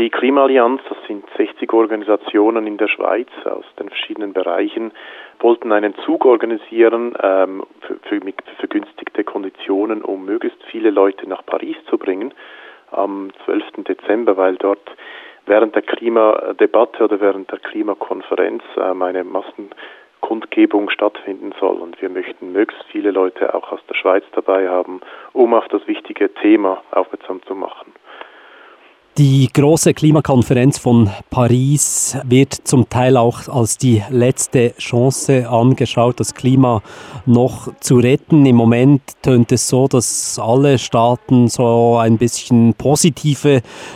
Die Klimaallianz, das sind 60 Organisationen in der Schweiz aus den verschiedenen Bereichen, wollten einen Zug organisieren für vergünstigte Konditionen, um möglichst viele Leute nach Paris zu bringen am 12. Dezember, weil dort während der Klimadebatte oder während der Klimakonferenz eine Massenkundgebung stattfinden soll. Und wir möchten möglichst viele Leute auch aus der Schweiz dabei haben, um auf das wichtige Thema aufmerksam zu machen. Die große Klimakonferenz von Paris wird zum Teil auch als die letzte Chance angeschaut, das Klima noch zu retten. Im Moment tönt es so, dass alle Staaten so ein bisschen positive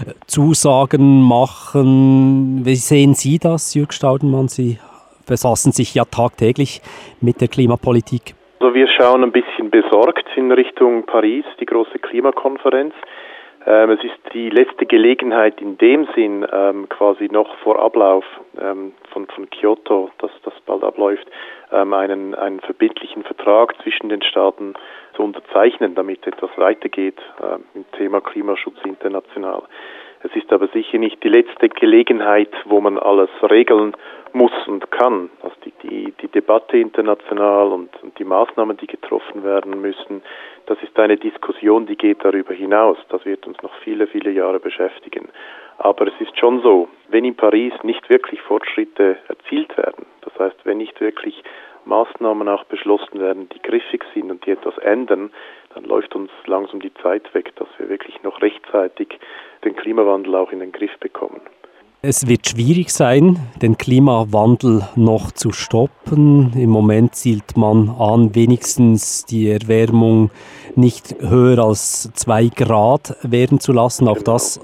Zusagen machen. Wie sehen Sie das, Jürg Staudenmann? Sie befassen sich ja tagtäglich mit der Klimapolitik. Also wir schauen ein bisschen besorgt in Richtung Paris, die große Klimakonferenz. Es ist die letzte Gelegenheit in dem Sinn, quasi noch vor Ablauf von Kyoto, dass das bald abläuft, einen verbindlichen Vertrag zwischen den Staaten zu unterzeichnen, damit etwas weitergeht im Thema Klimaschutz international. Es ist aber sicher nicht die letzte Gelegenheit, wo man alles regeln muss und kann. Also die Debatte international und die Maßnahmen, die getroffen werden müssen, das ist eine Diskussion, die geht darüber hinaus. Das wird uns noch viele, viele Jahre beschäftigen. Aber es ist schon so, wenn in Paris nicht wirklich Fortschritte erzielt werden, das heißt, wenn nicht wirklich Maßnahmen auch beschlossen werden, die griffig sind und die etwas ändern, dann läuft uns langsam die Zeit weg, dass wir wirklich noch rechtzeitig den Klimawandel auch in den Griff bekommen. Es wird schwierig sein, den Klimawandel noch zu stoppen. Im Moment zielt man an, wenigstens die Erwärmung nicht höher als 2 Grad werden zu lassen. Auch das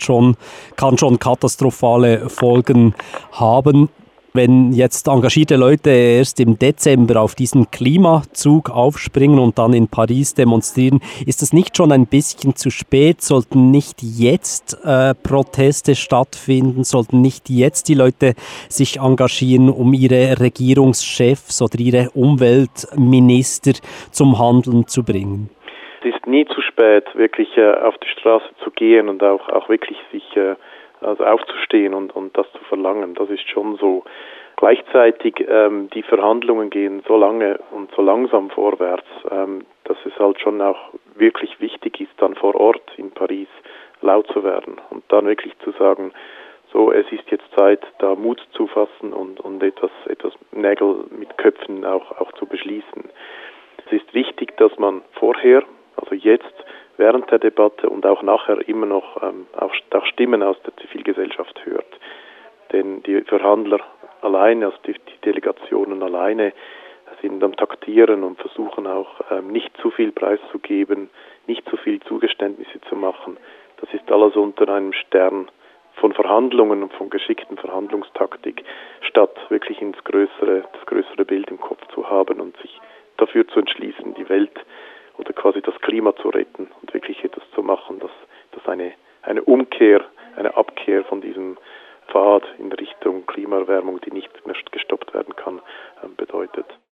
kann schon katastrophale Folgen haben. Wenn jetzt engagierte Leute erst im Dezember auf diesen Klimazug aufspringen und dann in Paris demonstrieren, ist das nicht schon ein bisschen zu spät? Sollten nicht jetzt Proteste stattfinden? Sollten nicht jetzt die Leute sich engagieren, um ihre Regierungschefs oder ihre Umweltminister zum Handeln zu bringen? Es ist nie zu spät, wirklich auf die Straße zu gehen und auch wirklich sich also aufzustehen und das zu verlangen. Das ist schon so. Gleichzeitig die Verhandlungen gehen so lange und so langsam vorwärts, dass es halt schon auch wirklich wichtig ist, dann vor Ort in Paris laut zu werden und dann wirklich zu sagen, so, es ist jetzt Zeit, da Mut zu fassen und etwas Nägel mit Köpfen auch zu beschließen. Es ist wichtig, dass man vorher, also jetzt, während der Debatte und auch nachher immer noch auch Stimmen aus der Zivilgesellschaft hört. Denn die Verhandler alleine, also die Delegationen alleine, sind am Taktieren und versuchen auch nicht zu viel preiszugeben, nicht zu viel Zugeständnisse zu machen. Das ist alles unter einem Stern von Verhandlungen und von geschickten Verhandlungstaktik, statt wirklich das größere Bild im Kopf zu haben und sich dafür zu entschließen, die Welt oder quasi das Klima zu retten und wirklich etwas zu machen, das eine Umkehr, eine Abkehr von diesem Pfad in Richtung Klimaerwärmung, die nicht mehr gestoppt werden kann, bedeutet.